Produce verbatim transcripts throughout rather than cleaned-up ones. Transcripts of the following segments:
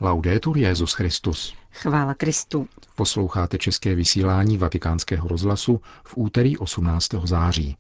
Laudetur Jesus Christus. Chvála Kristu. Posloucháte české vysílání Vatikánského rozhlasu v úterý osmnáctého září.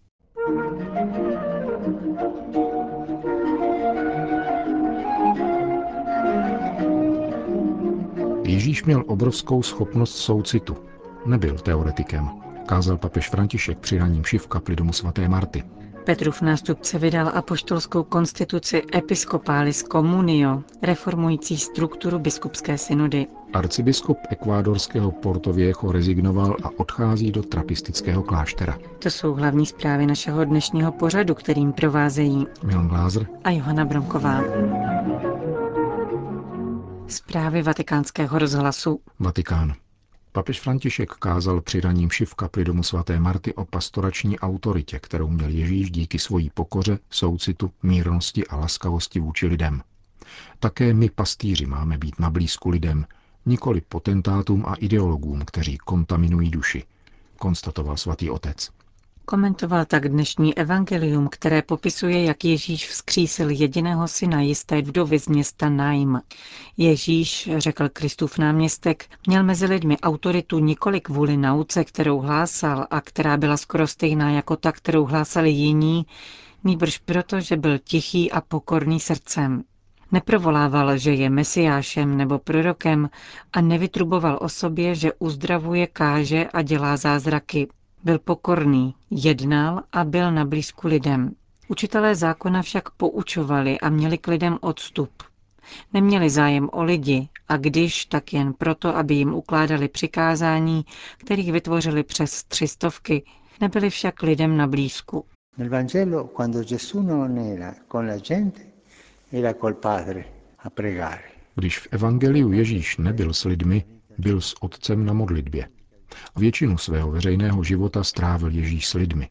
Ježíš měl obrovskou schopnost soucitu. Nebyl teoretikem, kázal papež František při raním mši v kapli domu svaté Marty. Petrův nástupce vydal apoštolskou konstituci Episcopalis Communio, reformující strukturu biskupské synody. Arcibiskup ekvádorského Porto Viejo rezignoval a odchází do trapistického kláštera. To jsou hlavní zprávy našeho dnešního pořadu, kterým provázejí Milan Glázer a Johana Bronková. Zprávy Vatikánského rozhlasu. Vatikán. Papež František kázal při raní mši v kapli domu svaté Marty o pastorační autoritě, kterou měl Ježíš díky svojí pokoře, soucitu, mírnosti a laskavosti vůči lidem. Také my, pastýři, máme být na blízku lidem, nikoli potentátům a ideologům, kteří kontaminují duši, konstatoval svatý otec. Komentoval tak dnešní evangelium, které popisuje, jak Ježíš vzkřísil jediného syna jisté vdovy z města Naim. Ježíš, řekl Kristův náměstek, měl mezi lidmi autoritu nikoli kvůli nauce, kterou hlásal a která byla skoro stejná jako ta, kterou hlásali jiní, nýbrž proto, že byl tichý a pokorný srdcem. Neprovolával, že je mesiášem nebo prorokem a nevytruboval o sobě, že uzdravuje, káže a dělá zázraky. Byl pokorný, jednal a byl na blízku lidem. Učitelé zákona však poučovali a měli k lidem odstup. Neměli zájem o lidi a když, tak jen proto, aby jim ukládali přikázání, kterých vytvořili přes tři stovky, nebyli však lidem na blízku. Nel Vangelo, quando Gesù non era con la gente, era col Padre a pregare. Když v evangeliu Ježíš nebyl s lidmi, byl s Otcem na modlitbě. Většinu svého veřejného života strávil Ježíš s lidmi.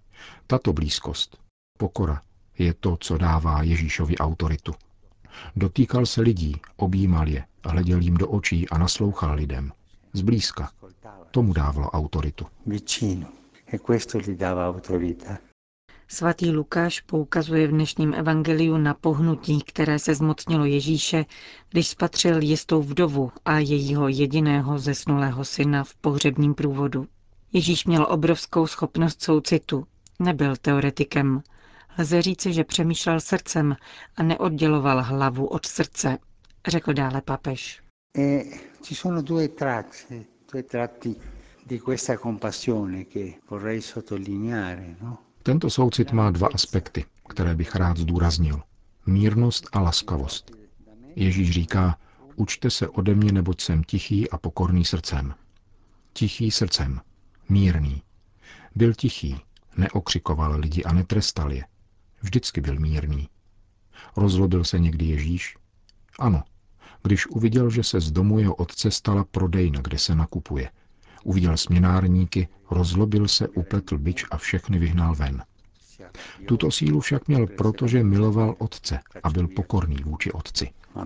Tato blízkost, pokora, je to, co dává Ježíšovi autoritu. Dotýkal se lidí, objímal je, hleděl jim do očí a naslouchal lidem. Zblízka. Tomu dávalo autoritu. Vicino. E questo gli dava autorità. Svatý Lukáš poukazuje v dnešním evangeliu na pohnutí, které se zmocnilo Ježíše, když spatřil jistou vdovu a jejího jediného zesnulého syna v pohřebním průvodu. Ježíš měl obrovskou schopnost soucitu. Nebyl teoretikem. Lze říci, že přemýšlel srdcem a neodděloval hlavu od srdce, řekl dále papež. E ci sono due tratti, due tratti di questa compassione che vorrei sottolineare, no? Tento soucit má dva aspekty, které bych rád zdůraznil. Mírnost a laskavost. Ježíš říká, učte se ode mě, neboť jsem tichý a pokorný srdcem. Tichý srdcem, mírný. Byl tichý, neokřikoval lidi a netrestal je. Vždycky byl mírný. Rozlobil se někdy Ježíš? Ano, když uviděl, že se z domu jeho otce stala prodejna, kde se nakupuje. Uviděl směnárníky, rozlobil se, upletl bič a všechny vyhnal ven. Tuto sílu však měl, protože miloval otce a byl pokorný vůči otci.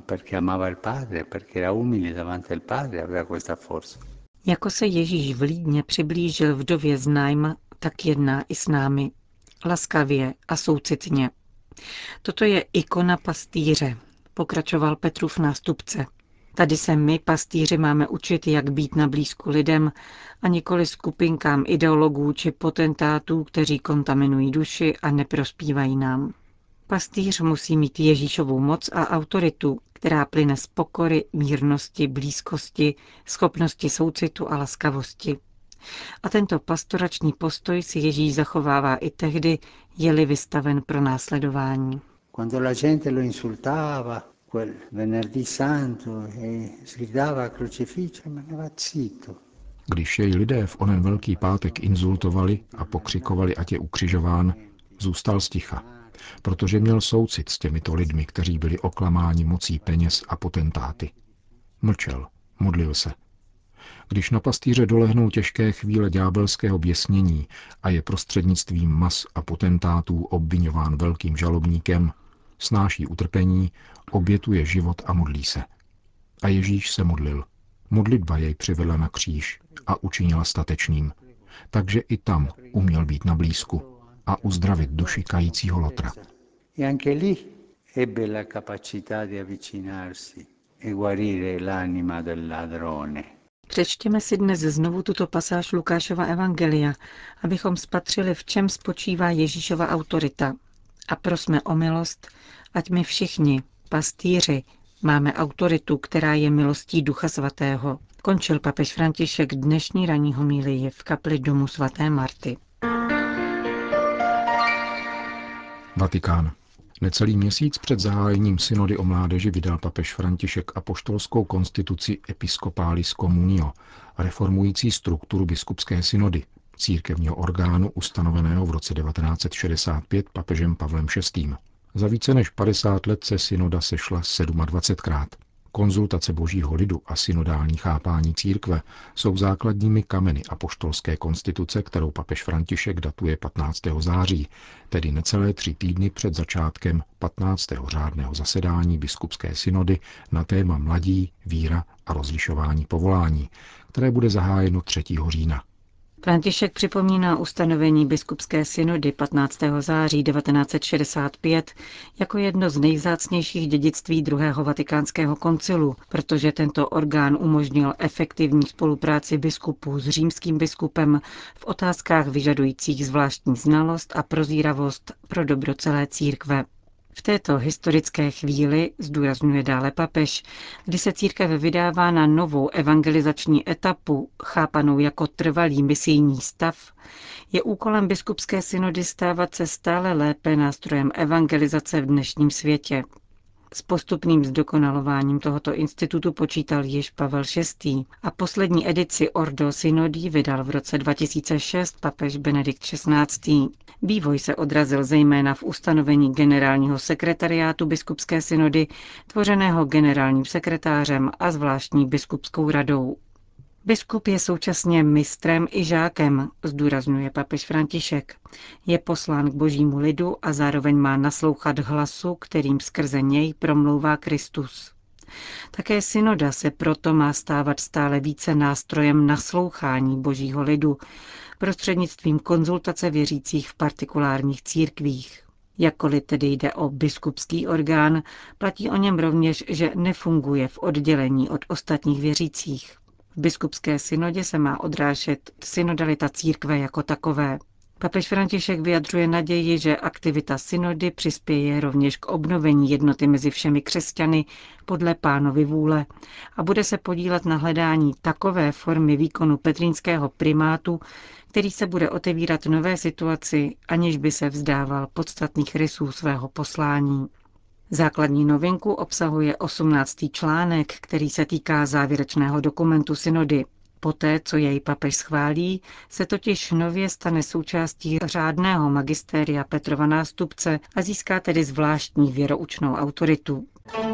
Jako se Ježíš vlídně přiblížil vdově z Naim, tak jedná i s námi. Laskavě a soucitně. Toto je ikona pastýře, pokračoval Petrův nástupce. Tady se my, pastýři, máme učit, jak být na blízku lidem a nikoli skupinkám ideologů či potentátů, kteří kontaminují duši a neprospívají nám. Pastýř musí mít Ježíšovou moc a autoritu, která plyne z pokory, mírnosti, blízkosti, schopnosti soucitu a laskavosti. A tento pastorační postoj si Ježíš zachovává i tehdy, je-li vystaven pro následování. Quando la gente lo insultava, quel venerdì santo, e sgridava crucifisso, rimaneva zitto. Když jej lidé v onen velký pátek insultovali a pokřikovali, ať je ukřižován, zůstal sticha, protože měl soucit s těmito lidmi, kteří byli oklamáni mocí peněz a potentáty. Mlčel, modlil se. Když na pastýře dolehnou těžké chvíle ďábelského běsnění a je prostřednictvím mas a potentátů obviňován velkým žalobníkem, snáší utrpení, obětuje život a modlí se. A Ježíš se modlil. Modlitba jej přivedla na kříž a učinila statečným. Takže i tam uměl být na blízku a uzdravit duši kajícího lotra. E anche lì ebbe la capacità di avvicinarsi e guarire l'anima del ladrone. Přečtěme si dnes znovu tuto pasáž Lukášova evangelia, abychom spatřili, v čem spočívá Ježíšova autorita. A prosme o milost, ať my všichni, pastýři, máme autoritu, která je milostí Ducha Svatého. Končil papež František dnešní ranní homílii v kapli domu svaté Marty. Vatikán. Necelý měsíc před zahájením synody o mládeži vydal papež František apoštolskou konstituci Episcopalis Communio, reformující strukturu biskupské synody, církevního orgánu ustanoveného v roce devatenáct set šedesát pět papežem Pavlem šestým. Za více než padesát let se synoda sešla sedmadvacetkrát. Konzultace božího lidu a synodální chápání církve jsou základními kameny apoštolské konstituce, kterou papež František datuje patnáctého září, tedy necelé tři týdny před začátkem patnáctého řádného zasedání biskupské synody na téma mladí, víra a rozlišování povolání, které bude zahájeno třetího října. František připomíná ustanovení biskupské synody patnáctého září devatenáct set šedesát pět jako jedno z nejvzácnějších dědictví druhého vatikánského koncilu, protože tento orgán umožnil efektivní spolupráci biskupů s římským biskupem v otázkách vyžadujících zvláštní znalost a prozíravost pro dobro celé církve. V této historické chvíli, zdůrazňuje dále papež, kdy se církev vydává na novou evangelizační etapu, chápanou jako trvalý misijní stav, je úkolem biskupské synody stávat se stále lépe nástrojem evangelizace v dnešním světě. S postupným zdokonalováním tohoto institutu počítal již Pavel šestý. a poslední edici Ordo Synodii vydal v roce dva tisíce šest papež Benedikt šestnáctý. Vývoj se odrazil zejména v ustanovení generálního sekretariátu biskupské synody, tvořeného generálním sekretářem a zvláštní biskupskou radou. Biskup je současně mistrem i žákem, zdůrazňuje papež František. Je poslán k božímu lidu a zároveň má naslouchat hlasu, kterým skrze něj promlouvá Kristus. Také synoda se proto má stávat stále více nástrojem naslouchání božího lidu prostřednictvím konzultace věřících v partikulárních církvích. Jakkoliv tedy jde o biskupský orgán, platí o něm rovněž, že nefunguje v oddělení od ostatních věřících. V biskupské synodě se má odrážet synodalita církve jako takové. Papež František vyjadřuje naději, že aktivita synody přispěje rovněž k obnovení jednoty mezi všemi křesťany podle Pánovy vůle a bude se podílet na hledání takové formy výkonu petrínského primátu, který se bude otevírat nové situaci, aniž by se vzdával podstatných rysů svého poslání. Základní novinku obsahuje osmnáctý článek, který se týká závěrečného dokumentu synody. Poté, co jej papež schválí, se totiž nově stane součástí řádného magistéria Petrova nástupce a získá tedy zvláštní věroučnou autoritu.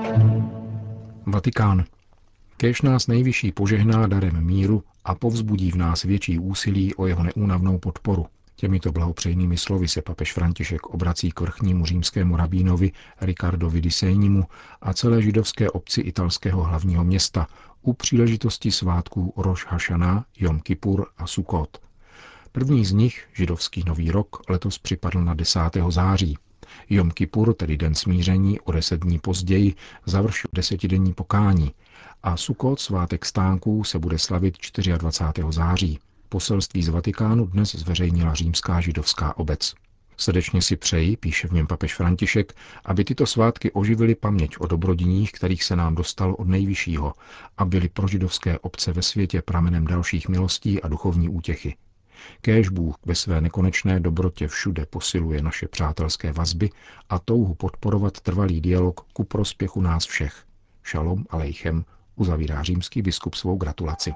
Vatikán. Kéž nás nejvyšší požehná darem míru a povzbudí v nás větší úsilí o jeho neúnavnou podporu. Těmito blahopřejnými slovy se papež František obrací k vrchnímu římskému rabínovi Ricardovi di Segnimu a celé židovské obci italského hlavního města u příležitosti svátků Roš Hašana, Jom Kipur a Sukot. První z nich, židovský nový rok, letos připadl na desátého září. Jom Kipur, tedy den smíření, o deset dní později završil desetidenní pokání a Sukot, svátek stánků, se bude slavit dvacátého čtvrtého září. Poselství z Vatikánu dnes zveřejnila římská židovská obec. Srdečně si přeji, píše v něm papež František, aby tyto svátky oživily paměť o dobrodiních, kterých se nám dostal od nejvyššího, a byly pro židovské obce ve světě pramenem dalších milostí a duchovní útěchy. Kéž Bůh ve své nekonečné dobrotě všude posiluje naše přátelské vazby a touhu podporovat trvalý dialog ku prospěchu nás všech. Šalom alejchem, uzavírá římský biskup svou gratulaci.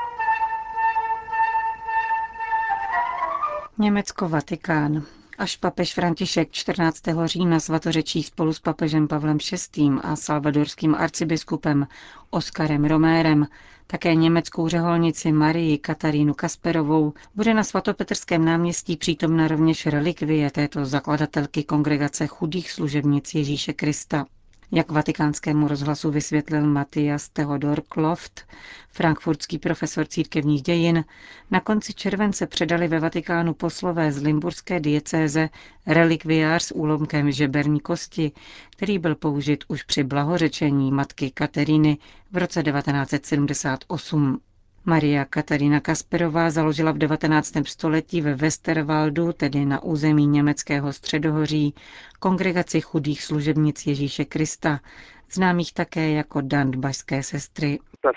Německo, Vatikán. Až papež František čtrnáctého října svatořečí spolu s papežem Pavlem šestým a salvadorským arcibiskupem Oskarem Romérem, také německou řeholnici Marii Katarínu Kasperovou, bude na svatopetrském náměstí přítomna rovněž relikvie této zakladatelky kongregace chudých služebnic Ježíše Krista. Jak Vatikánskému rozhlasu vysvětlil Matthias Theodor Kloft, frankfurtský profesor církevních dějin, na konci července předali ve Vatikánu poslové z limburské diecéze relikviář s úlomkem žeberní kosti, který byl použit už při blahořečení matky Kateřiny v roce devatenáct set sedmdesát osm. Maria Katarína Kasperová založila v devatenáctém století ve Westerwaldu, tedy na území německého Středohoří, kongregaci chudých služebnic Ježíše Krista, známých také jako Dandbašské sestry.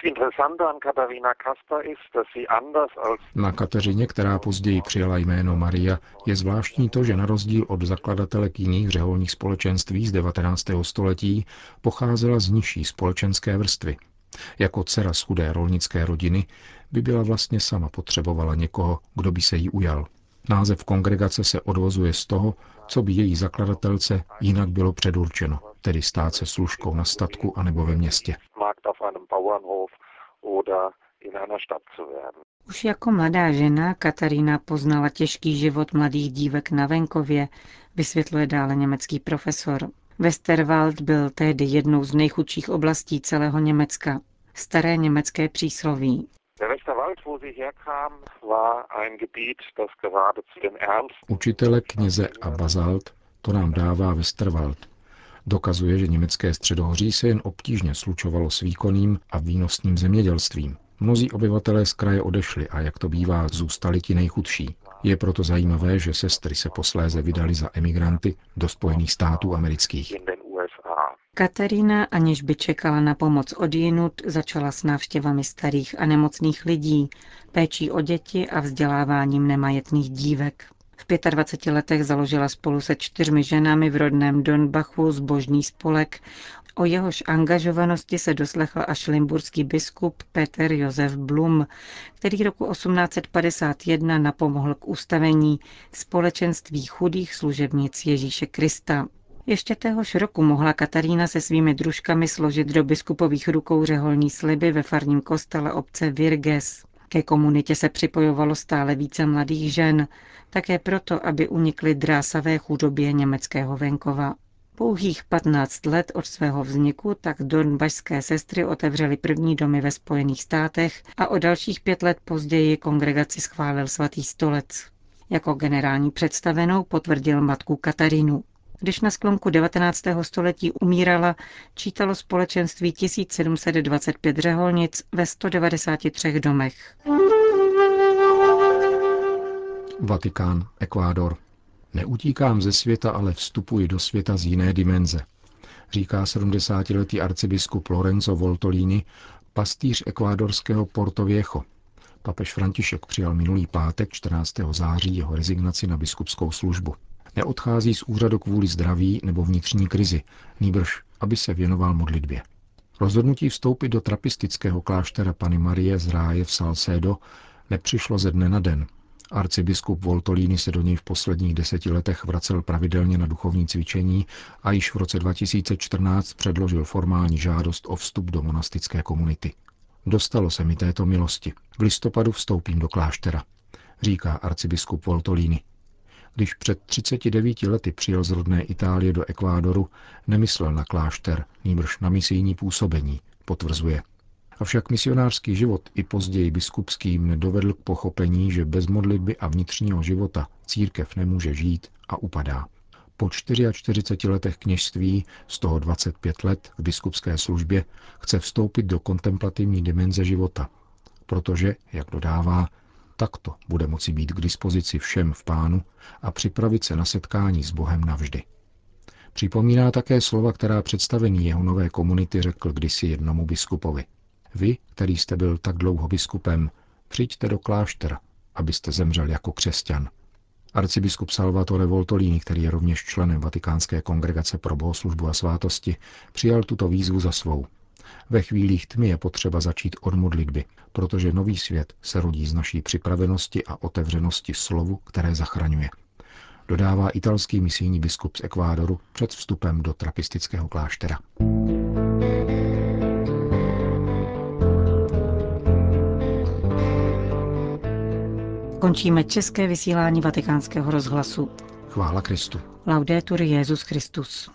Na Kateřině, která později přijala jméno Maria, je zvláštní to, že na rozdíl od zakladatelek jiných řeholních společenství z devatenáctého století pocházela z nižší společenské vrstvy. Jako dcera z chudé rolnické rodiny by byla vlastně sama potřebovala někoho, kdo by se jí ujal. Název kongregace se odvozuje z toho, co by její zakladatelce jinak bylo předurčeno, tedy stát se služkou na statku anebo ve městě. Už jako mladá žena Katarína poznala těžký život mladých dívek na venkově, vysvětluje dále německý profesor. Westerwald byl tehdy jednou z nejchudších oblastí celého Německa. Staré německé přísloví. Učitele, kněze a bazalt, to nám dává Westerwald. Dokazuje, že německé středohoří se jen obtížně slučovalo s výkonným a výnosným zemědělstvím. Mnozí obyvatelé z kraje odešli a, jak to bývá, zůstali ti nejchudší. Je proto zajímavé, že sestry se posléze vydali za emigranty do Spojených států amerických. Katarína, aniž by čekala na pomoc odjinud, začala s návštěvami starých a nemocných lidí, péčí o děti a vzděláváním nemajetných dívek. V dvaceti pěti letech založila spolu se čtyřmi ženami v rodném Donbachu zbožný spolek, o jehož angažovanosti se doslechl až limburský biskup Peter Josef Blum, který roku osmnáct set padesát jedna napomohl k ustavení Společenství chudých služebnic Ježíše Krista. Ještě téhož roku mohla Katarína se svými družkami složit do biskupových rukou řeholní sliby ve farním kostele obce Virges. Ke komunitě se připojovalo stále více mladých žen, také proto, aby unikly drásavé chudobě německého venkova. Pouhých patnáct let od svého vzniku tak Donbašské sestry otevřely první domy ve Spojených státech a o dalších pět let později kongregaci schválil svatý stolec. Jako generální představenou potvrdil matku Katarínu. Když na sklonku devatenáctého století umírala, čítalo společenství tisíc sedm set dvacet pět řeholnic ve sto devadesáti třech domech. Vatikán, Ekvádor. Neutíkám ze světa, ale vstupuji do světa z jiné dimenze, říká sedmdesátiletý arcibiskup Lorenzo Voltolini, pastýř ekvádorského Porto Viejo. Papež František přijal minulý pátek čtrnáctého září jeho rezignaci na biskupskou službu. Neodchází z úřadu kvůli zdraví nebo vnitřní krizi, nýbrž, aby se věnoval modlitbě. Rozhodnutí vstoupit do trapistického kláštera Panny Marie z ráje v Salcedo nepřišlo ze dne na den. Arcibiskup Voltolini se do něj v posledních deseti letech vracel pravidelně na duchovní cvičení a již v roce dva tisíce čtrnáct předložil formální žádost o vstup do monastické komunity. Dostalo se mi této milosti. V listopadu vstoupím do kláštera, říká arcibiskup Voltolini. Když před třiceti devíti lety přijel z rodné Itálie do Ekvádoru, nemyslel na klášter, nýbrž na misijní působení, potvrzuje. Avšak misionářský život i později biskupský mne dovedl k pochopení, že bez modlitby a vnitřního života církev nemůže žít a upadá. Po čtyřiačtyřiceti čtyřiceti letech kněžství, z toho dvacet pět let v biskupské službě, chce vstoupit do kontemplativní dimenze života, protože, jak dodává, takto bude moci být k dispozici všem v Pánu a připravit se na setkání s Bohem navždy. Připomíná také slova, která představený jeho nové komunity řekl kdysi jednomu biskupovi. Vy, který jste byl tak dlouho biskupem, přijďte do kláštera, abyste zemřel jako křesťan. Arcibiskup Salvatore Voltolini, který je rovněž členem Vatikánské kongregace pro bohoslužbu a svátosti, přijal tuto výzvu za svou. Ve chvílích tmy je potřeba začít od modlitby, protože nový svět se rodí z naší připravenosti a otevřenosti slovu, které zachraňuje. Dodává italský misijní biskup z Ekvádoru před vstupem do trapistického kláštera. Končíme české vysílání Vatikánského rozhlasu. Chvála Kristu. Laudetur Jesus Christus.